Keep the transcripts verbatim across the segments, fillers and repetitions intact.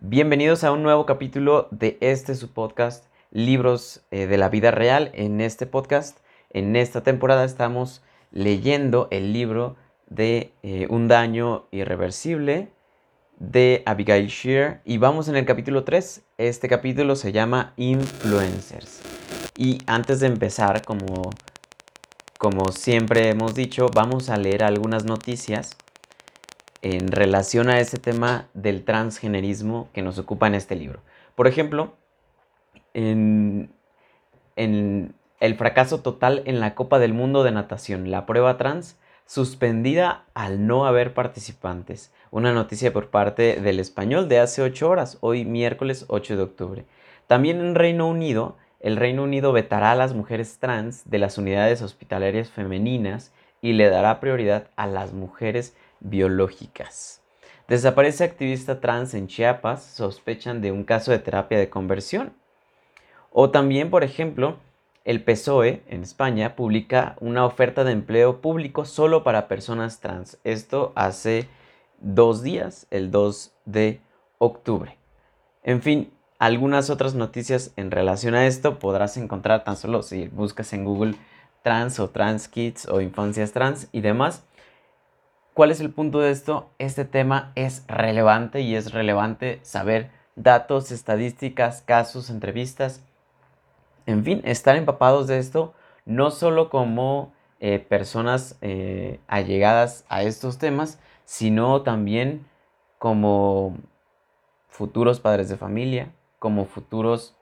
Bienvenidos a un nuevo capítulo de este su podcast, Libros eh, de la Vida Real. En este podcast, en esta temporada, estamos leyendo el libro de eh, Un daño irreversible de Abigail Shrier y vamos en el capítulo tres. Este capítulo se llama Influencers. Y antes de empezar, como, como siempre hemos dicho, vamos a leer algunas noticias en relación a ese tema del transgenerismo que nos ocupa en este libro. Por ejemplo, en, en el fracaso total en la Copa del Mundo de Natación, la prueba trans suspendida al no haber participantes. Una noticia por parte del Español de hace ocho horas, hoy miércoles ocho de octubre. También en Reino Unido, el Reino Unido vetará a las mujeres trans de las unidades hospitalarias femeninas y le dará prioridad a las mujeres biológicas. Desaparece activista trans en Chiapas, sospechan de un caso de terapia de conversión. O también, por ejemplo, el P S O E en España publica una oferta de empleo público solo para personas trans. Esto hace dos días, el dos de octubre. En fin, algunas otras noticias en relación a esto podrás encontrar tan solo si buscas en Google trans o trans kids o infancias trans y demás. ¿Cuál es el punto de esto? Este tema es relevante y es relevante saber datos, estadísticas, casos, entrevistas. En fin, estar empapados de esto no solo como eh, personas eh, allegadas a estos temas, sino también como futuros padres de familia, como futuros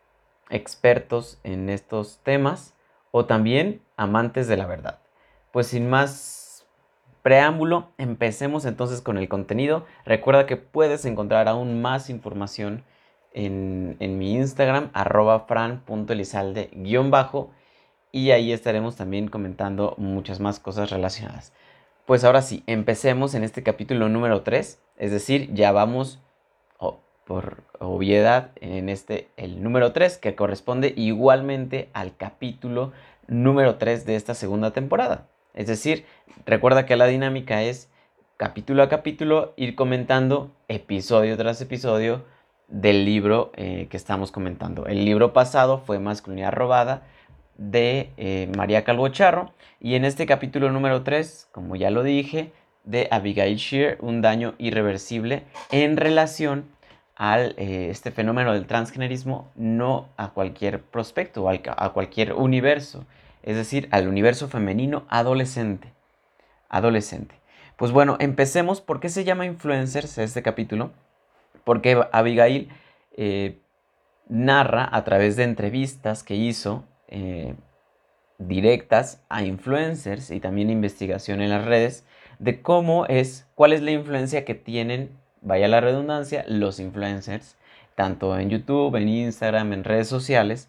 expertos en estos temas o también amantes de la verdad. Pues sin más preámbulo, empecemos entonces con el contenido. Recuerda que puedes encontrar aún más información en, en mi Instagram, arroba fran.elizalde guión bajo, y ahí estaremos también comentando muchas más cosas relacionadas. Pues ahora sí, empecemos en este capítulo número tres, es decir, ya vamos oh, por obviedad en este, el número tres, que corresponde igualmente al capítulo número tres de esta segunda temporada. Es decir, recuerda que la dinámica es capítulo a capítulo ir comentando episodio tras episodio del libro eh, que estamos comentando. El libro pasado fue Masculinidad Robada de eh, María Calvo Charro y en este capítulo número tres, como ya lo dije, de Abigail Shrier, Un daño irreversible en relación a eh, este fenómeno del transgenerismo, no a cualquier prospecto, a, a cualquier universo, es decir, al universo femenino adolescente. Adolescente. Pues bueno, empecemos. ¿Por qué se llama Influencers este capítulo? Porque Abigail eh, narra a través de entrevistas que hizo eh, directas a influencers y también investigación en las redes de cómo es, cuál es la influencia que tienen, vaya la redundancia, los influencers, tanto en YouTube, en Instagram, en redes sociales,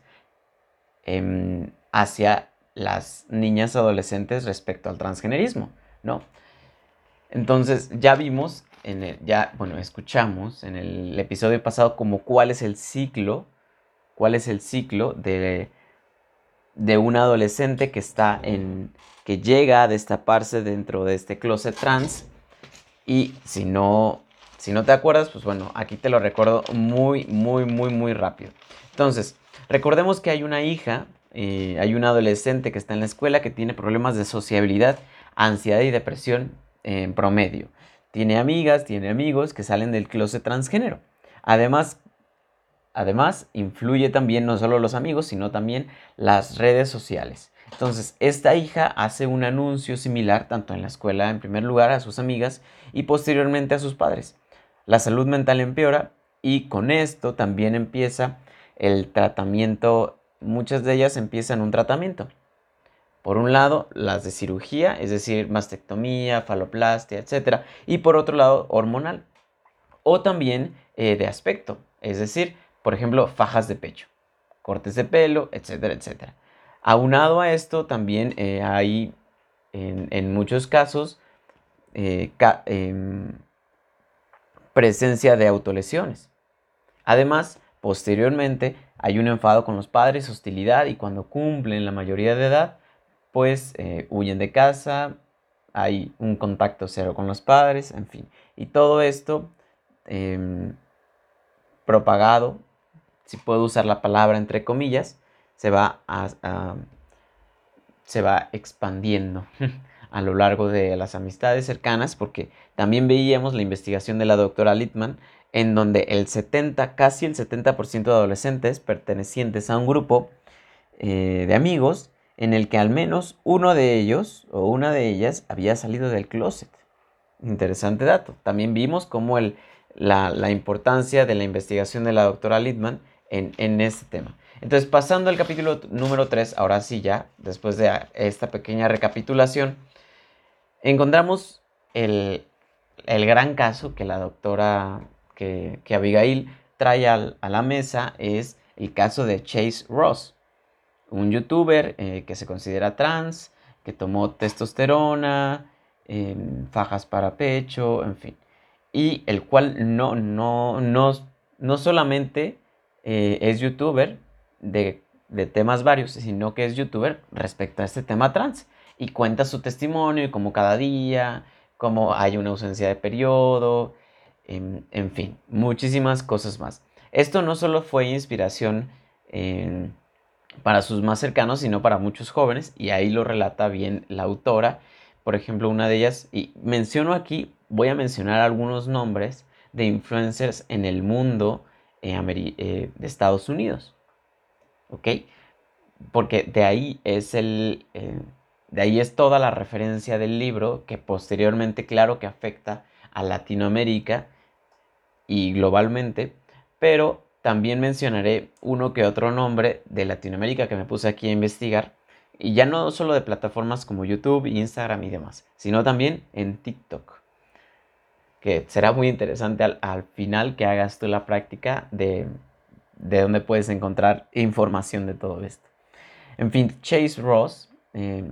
eh, hacia las niñas adolescentes respecto al transgenerismo, ¿no? Entonces ya vimos, en el, ya, bueno, escuchamos en el episodio pasado como cuál es el ciclo, cuál es el ciclo de, de un adolescente que está en, que llega a destaparse dentro de este closet trans. Y si no, si no te acuerdas, pues bueno, aquí te lo recuerdo muy, muy, muy, muy rápido. Entonces, recordemos que hay una hija, eh, hay una adolescente que está en la escuela que tiene problemas de sociabilidad, ansiedad y depresión en promedio. Tiene amigas, tiene amigos que salen del closet transgénero. Además, además, influye también no solo los amigos, sino también las redes sociales. Entonces, esta hija hace un anuncio similar tanto en la escuela, en primer lugar, a sus amigas y posteriormente a sus padres. La salud mental empeora y con esto también empieza el tratamiento. Muchas de ellas empiezan un tratamiento. Por un lado, las de cirugía, es decir, mastectomía, faloplastia, etcétera. Y por otro lado, hormonal. O también eh, de aspecto, es decir, por ejemplo, fajas de pecho, cortes de pelo, etcétera, etcétera. Aunado a esto, también eh, hay en, en, muchos casos eh, ca eh, presencia de autolesiones. Además, posteriormente hay un enfado con los padres, hostilidad y cuando cumplen la mayoría de edad, pues eh, huyen de casa, hay un contacto cero con los padres, en fin. Y todo esto eh, propagado, si puedo usar la palabra entre comillas, se va, a, a, se va expandiendo a lo largo de las amistades cercanas, porque también veíamos la investigación de la doctora Littman, en donde el setenta, casi el setenta por ciento de adolescentes pertenecientes a un grupo eh, de amigos en el que al menos uno de ellos o una de ellas había salido del closet. Interesante dato. También vimos cómo el, la, la importancia de la investigación de la doctora Littman en, en este tema. Entonces, pasando al capítulo número tres, ahora sí ya, después de esta pequeña recapitulación, encontramos el, el gran caso que la doctora, que, que Abigail trae al, a la mesa, es el caso de Chase Ross, un youtuber eh, que se considera trans, que tomó testosterona, eh, fajas para pecho, en fin. Y el cual no, no, no, no solamente eh, es youtuber de, de temas varios, sino que es youtuber respecto a este tema trans. Y cuenta su testimonio y cómo cada día, cómo hay una ausencia de periodo, en, en fin, muchísimas cosas más. Esto no solo fue inspiración eh, para sus más cercanos, sino para muchos jóvenes, y ahí lo relata bien la autora. Por ejemplo, una de ellas, y menciono aquí, voy a mencionar algunos nombres de influencers en el mundo eh, eh, de Estados Unidos, ¿ok? Porque de ahí es el, eh, de ahí es toda la referencia del libro, que posteriormente, claro que afecta a Latinoamérica y globalmente, pero también mencionaré uno que otro nombre de Latinoamérica que me puse aquí a investigar, y ya no solo de plataformas como YouTube, Instagram y demás, sino también en TikTok, que será muy interesante al, al final que hagas tú la práctica de, de dónde puedes encontrar información de todo esto. En fin, Chase Ross, eh,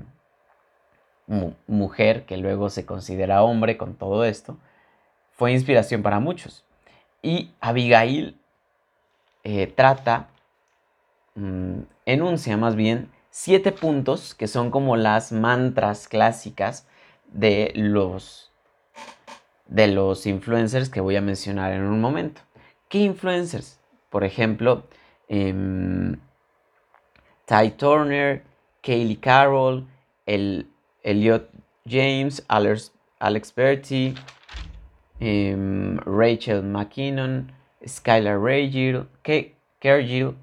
mu mujer que luego se considera hombre con todo esto, fue inspiración para muchos. Y Abigail eh, trata, mmm, enuncia más bien, siete puntos que son como las mantras clásicas de los, de los influencers que voy a mencionar en un momento. ¿Qué influencers? Por ejemplo, eh, Ty Turner, Kaylee Carroll, el, Elliot James, Alex, Alex Bertie, eh, Rachel McKinnon, Skylar Raygill, Kergill,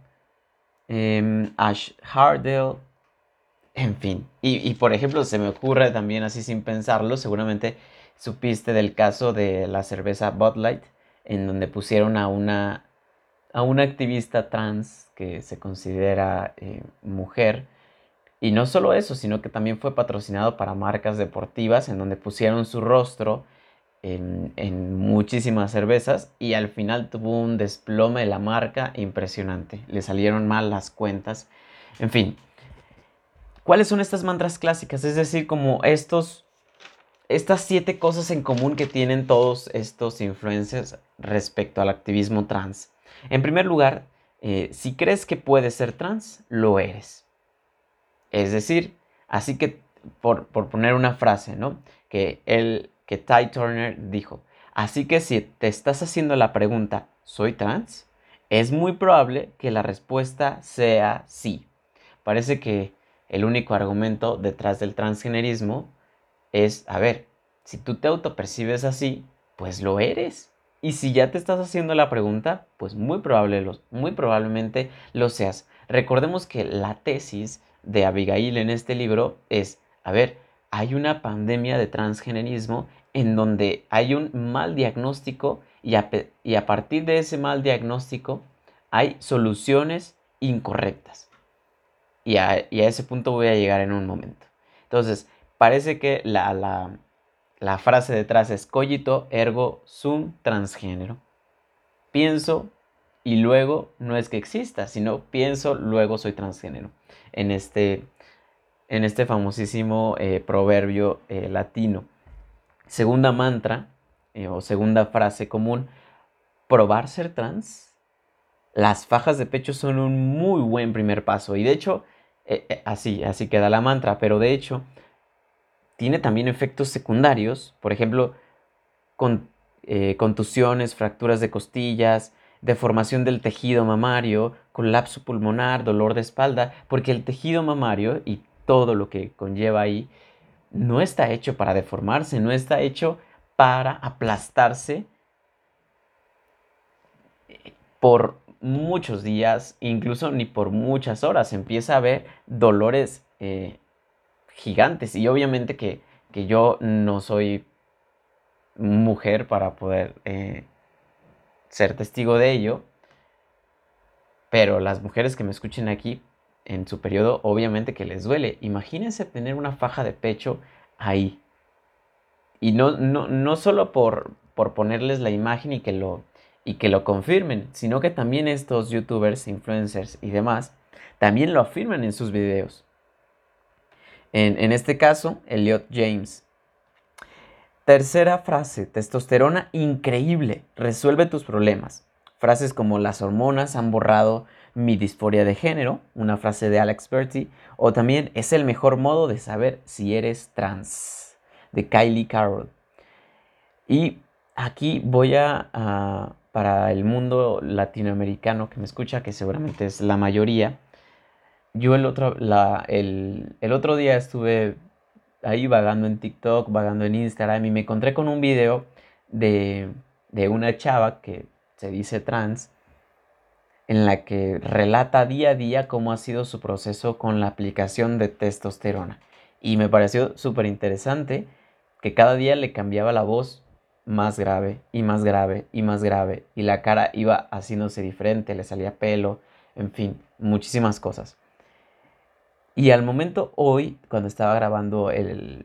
eh, Ash Hardell, en fin. Y, y por ejemplo, se me ocurre también así sin pensarlo, seguramente supiste del caso de la cerveza Bud Light, en donde pusieron a una, a una activista trans que se considera eh, mujer. Y no solo eso, sino que también fue patrocinado para marcas deportivas, en donde pusieron su rostro en, en muchísimas cervezas, y al final tuvo un desplome de la marca impresionante. Le salieron mal las cuentas. En fin, ¿cuáles son estas mantras clásicas? Es decir, como estos, estas siete cosas en común que tienen todos estos influencers respecto al activismo trans. En primer lugar, eh, si crees que puedes ser trans, lo eres. Es decir, así que, por, por poner una frase, ¿no? Que, él, que Ty Turner dijo, así que si te estás haciendo la pregunta, ¿soy trans? Es muy probable que la respuesta sea sí. Parece que el único argumento detrás del transgenerismo es, a ver, si tú te autopercibes así, pues lo eres. Y si ya te estás haciendo la pregunta, pues muy, probable lo, muy probablemente lo seas. Recordemos que la tesis de Abigail en este libro es, a ver, hay una pandemia de transgenerismo en donde hay un mal diagnóstico y a, y a partir de ese mal diagnóstico hay soluciones incorrectas. Y a, y a ese punto voy a llegar en un momento. Entonces, parece que la, la, la frase detrás es cogito ergo sum transgénero. Pienso y luego no es que exista, sino pienso, luego soy transgénero. En este, en este famosísimo eh, proverbio eh, latino. Segunda mantra eh, o segunda frase común, probar ser trans. Las fajas de pecho son un muy buen primer paso. Y de hecho, eh, eh, así, así queda la mantra. Pero de hecho, tiene también efectos secundarios. Por ejemplo, con, eh, contusiones, fracturas de costillas, deformación del tejido mamario, colapso pulmonar, dolor de espalda, porque el tejido mamario y todo lo que conlleva ahí no está hecho para deformarse, no está hecho para aplastarse por muchos días, incluso ni por muchas horas. Empieza a haber dolores eh, gigantes y obviamente que, que yo no soy mujer para poder eh, ser testigo de ello, pero las mujeres que me escuchen aquí en su periodo, obviamente que les duele. Imagínense tener una faja de pecho ahí. Y no, no, no solo por, por ponerles la imagen y que, lo, y que lo confirmen, sino que también estos youtubers, influencers y demás, también lo afirman en sus videos. En, en este caso, Elliot James. Tercera frase, testosterona increíble, resuelve tus problemas. Frases como las hormonas han borrado mi disforia de género, una frase de Alex Berti, o también es el mejor modo de saber si eres trans, de Kylie Carroll. Y aquí voy a, a, para el mundo latinoamericano que me escucha, que seguramente es la mayoría, yo el otro, la, el, el otro día estuve ahí vagando en TikTok, vagando en Instagram y me encontré con un video de, de una chava que se dice trans, en la que relata día a día cómo ha sido su proceso con la aplicación de testosterona. Y me pareció súper interesante que cada día le cambiaba la voz más grave y más grave y más grave y la cara iba haciéndose diferente, le salía pelo, en fin, muchísimas cosas. Y al momento hoy, cuando estaba grabando el,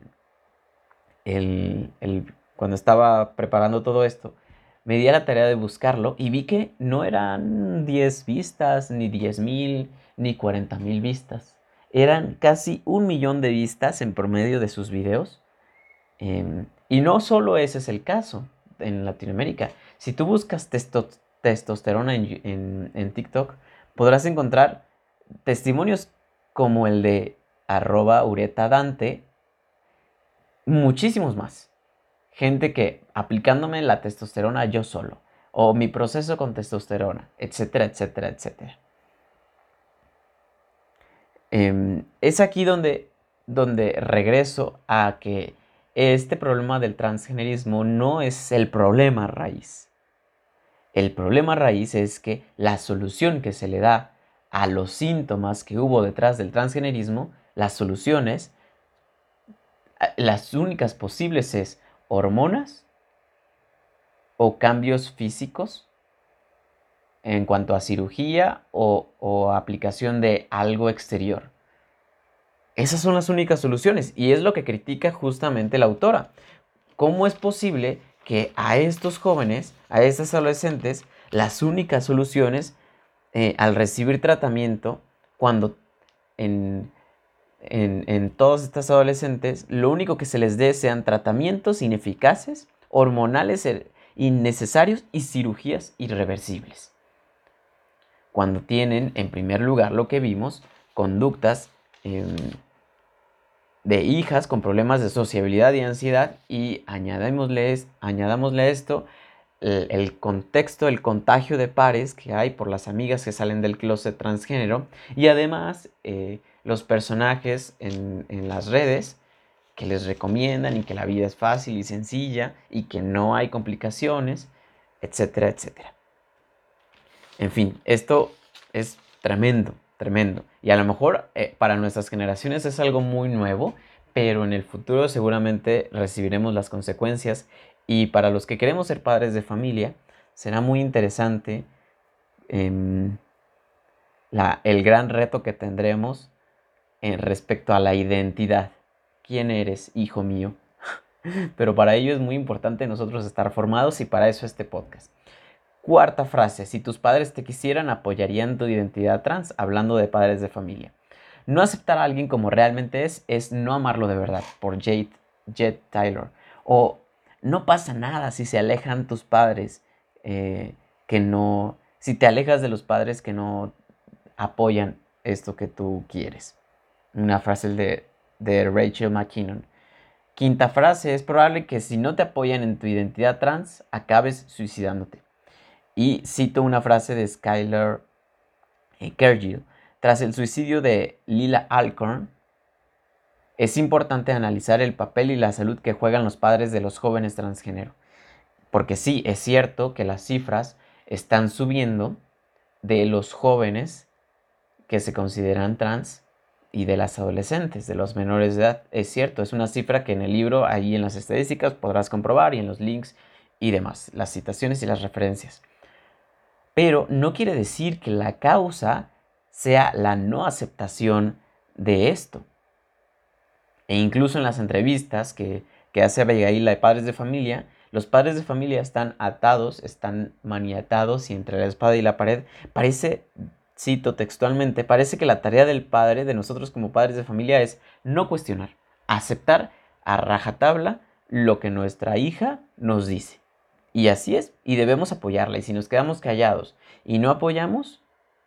el, el, cuando estaba preparando todo esto, me di a la tarea de buscarlo y vi que no eran diez vistas, ni diez mil, ni cuarenta mil vistas. Eran casi un millón de vistas en promedio de sus videos. Eh, y no solo ese es el caso en Latinoamérica. Si tú buscas testo testosterona en, en, en TikTok, podrás encontrar testimonios como el de arroba Ureta Dante, muchísimos más. Gente que aplicándome la testosterona yo solo, o mi proceso con testosterona, etcétera, etcétera, etcétera. Eh, es aquí donde, donde regreso a que este problema del transgenerismo no es el problema raíz. El problema raíz es que la solución que se le da a los síntomas que hubo detrás del transgenerismo, las soluciones, las únicas posibles es hormonas o cambios físicos en cuanto a cirugía o, o aplicación de algo exterior. Esas son las únicas soluciones y es lo que critica justamente la autora. ¿Cómo es posible que a estos jóvenes, a estos adolescentes, las únicas soluciones eh, al recibir tratamiento, cuando en, en, en todos estos adolescentes, lo único que se les dé sean tratamientos ineficaces, hormonales innecesarios y cirugías irreversibles? Cuando tienen, en primer lugar, lo que vimos, conductas eh, de hijas con problemas de sociabilidad y ansiedad, y añadámosle, añadámosle esto, el, el contexto, el contagio de pares que hay por las amigas que salen del closet transgénero, y además eh, los personajes en, en las redes que les recomiendan y que la vida es fácil y sencilla y que no hay complicaciones, etcétera, etcétera. En fin, esto es tremendo, tremendo. Y a lo mejor eh, para nuestras generaciones es algo muy nuevo, pero en el futuro seguramente recibiremos las consecuencias. Y para los que queremos ser padres de familia, será muy interesante eh, la, el gran reto que tendremos en respecto a la identidad. ¿Quién eres, hijo mío? Pero para ello es muy importante nosotros estar formados y para eso este podcast. Cuarta frase, si tus padres te quisieran, apoyarían tu identidad trans, hablando de padres de familia. No aceptar a alguien como realmente es, es no amarlo de verdad, por Jade, Jet Taylor. O no pasa nada si se alejan tus padres, eh, que no, si te alejas de los padres que no apoyan esto que tú quieres. Una frase de, de Rachel McKinnon. Quinta frase, es probable que si no te apoyan en tu identidad trans, acabes suicidándote. Y cito una frase de Skylar eh, Kergill. Tras el suicidio de Lila Alcorn, es importante analizar el papel y la salud que juegan los padres de los jóvenes transgénero. Porque sí, es cierto que las cifras están subiendo de los jóvenes que se consideran trans y de las adolescentes, de los menores de edad. Es cierto, es una cifra que en el libro, ahí en las estadísticas, podrás comprobar y en los links y demás, las citaciones y las referencias. Pero no quiere decir que la causa sea la no aceptación de esto. E incluso en las entrevistas que, que hace Abigail de padres de familia, los padres de familia están atados, están maniatados y entre la espada y la pared. Parece, cito textualmente, parece que la tarea del padre, de nosotros como padres de familia, es no cuestionar, aceptar a rajatabla lo que nuestra hija nos dice. Y así es, y debemos apoyarla. Y si nos quedamos callados y no apoyamos,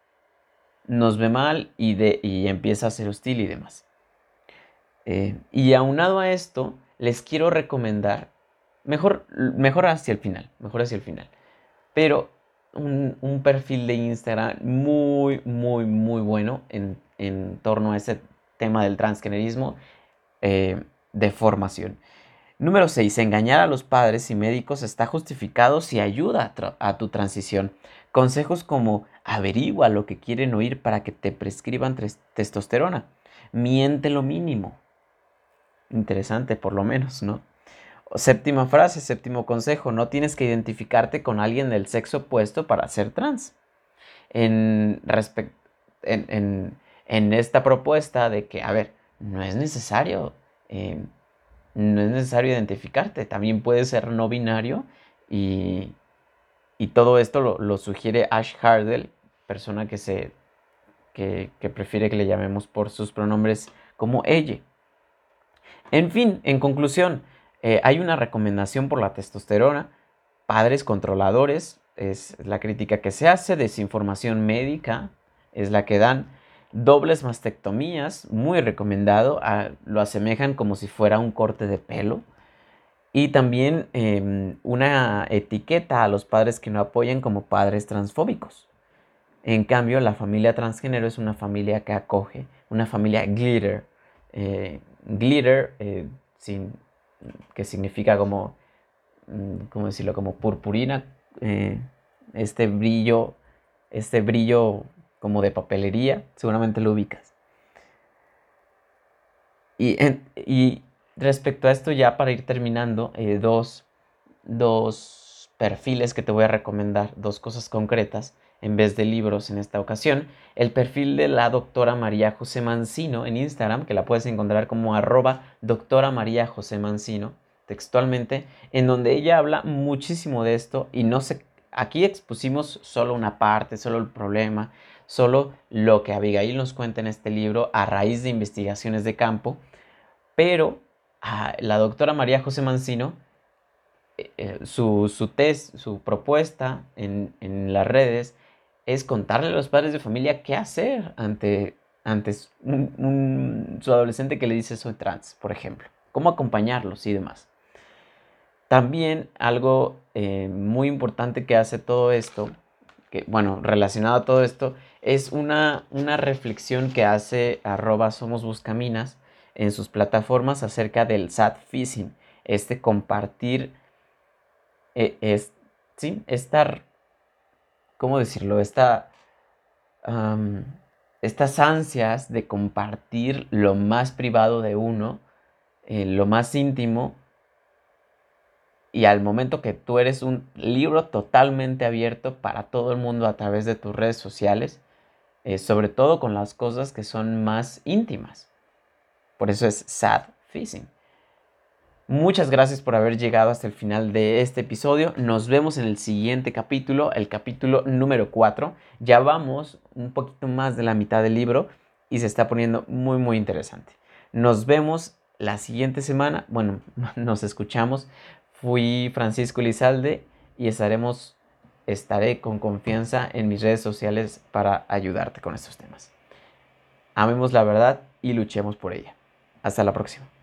nos ve mal y, de, y empieza a ser hostil y demás. Eh, y aunado a esto, les quiero recomendar, mejor, mejor hacia el final, mejor hacia el final, pero un, un perfil de Instagram muy, muy, muy bueno en, en torno a ese tema del transgenerismo eh, de formación. Número seis. Engañar a los padres y médicos está justificado si ayuda a, a tu transición. Consejos como averigua lo que quieren oír para que te prescriban testosterona. Miente lo mínimo. Interesante, por lo menos, ¿no? Séptima frase, séptimo consejo. No tienes que identificarte con alguien del sexo opuesto para ser trans. En, en, en, en esta propuesta de que, a ver, no es necesario... Eh, No es necesario identificarte, también puedes ser no binario y, y todo esto lo, lo sugiere Ash Hardell, persona que, se, que, que prefiere que le llamemos por sus pronombres como ella. En fin, en conclusión, eh, hay una recomendación por la testosterona, padres controladores, es la crítica que se hace, desinformación médica es la que dan, dobles mastectomías, muy recomendado, a, lo asemejan como si fuera un corte de pelo. Y también eh, una etiqueta a los padres que no apoyan como padres transfóbicos. En cambio, la familia transgénero es una familia que acoge, una familia glitter. Eh, glitter, eh, sin, que significa como, ¿cómo decirlo? Como purpurina, eh, este brillo, este brillo como de papelería, seguramente lo ubicas. Y, en, y respecto a esto, ya para ir terminando, eh, dos, dos perfiles que te voy a recomendar, dos cosas concretas en vez de libros en esta ocasión. El perfil de la doctora María José Mancino en Instagram, que la puedes encontrar como arroba doctora María José Mancino, textualmente, en donde ella habla muchísimo de esto y no sé, aquí expusimos solo una parte, solo el problema, solo lo que Abigail nos cuenta en este libro a raíz de investigaciones de campo, pero ah, la doctora María José Mancino, eh, su, su test, su propuesta en, en las redes es contarle a los padres de familia qué hacer ante, ante un, un, su adolescente que le dice soy trans, por ejemplo. Cómo acompañarlos y demás. También algo eh, muy importante que hace todo esto, que, bueno, relacionado a todo esto, es una, una reflexión que hace arroba somos buscaminas en sus plataformas acerca del sad phishing, este compartir, eh, es, ¿sí? Estar, ¿cómo decirlo? Esta, um, estas ansias de compartir lo más privado de uno, eh, lo más íntimo, y al momento que tú eres un libro totalmente abierto para todo el mundo a través de tus redes sociales, eh, sobre todo con las cosas que son más íntimas. Por eso es sad phishing. Muchas gracias por haber llegado hasta el final de este episodio. Nos vemos en el siguiente capítulo, el capítulo número cuatro. Ya vamos un poquito más de la mitad del libro y se está poniendo muy muy interesante. Nos vemos la siguiente semana. Bueno, nos escuchamos. Fui Francisco Lizalde y estaremos, estaré con confianza en mis redes sociales para ayudarte con estos temas. Amemos la verdad y luchemos por ella. Hasta la próxima.